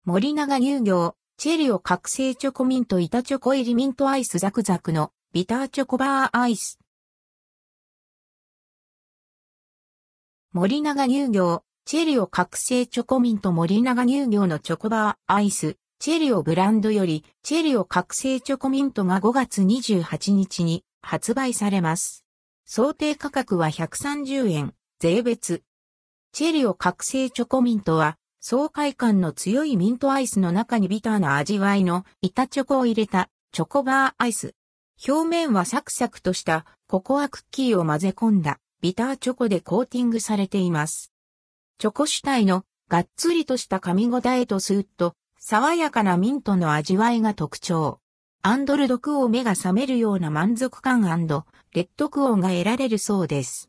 森永乳業、チェリオ覚醒チョコミント板チョコ入りミントアイスザクザクのビターチョコバーアイス。森永乳業、チェリオ覚醒チョコミント森永乳業のチョコバーアイス。チェリオブランドより、チェリオ覚醒チョコミントが5月28日に発売されます。想定価格は130円、税別。チェリオ覚醒チョコミントは、爽快感の強いミントアイスの中にビターな味わいの板チョコを入れたチョコバーアイス。表面はサクサクとしたココアクッキーを混ぜ込んだビターチョコでコーティングされています。チョコ主体のがっつりとした噛み応えとスーッと爽やかなミントの味わいが特徴。アンドルドクオー目が覚めるような満足感&レッドクオーが得られるそうです。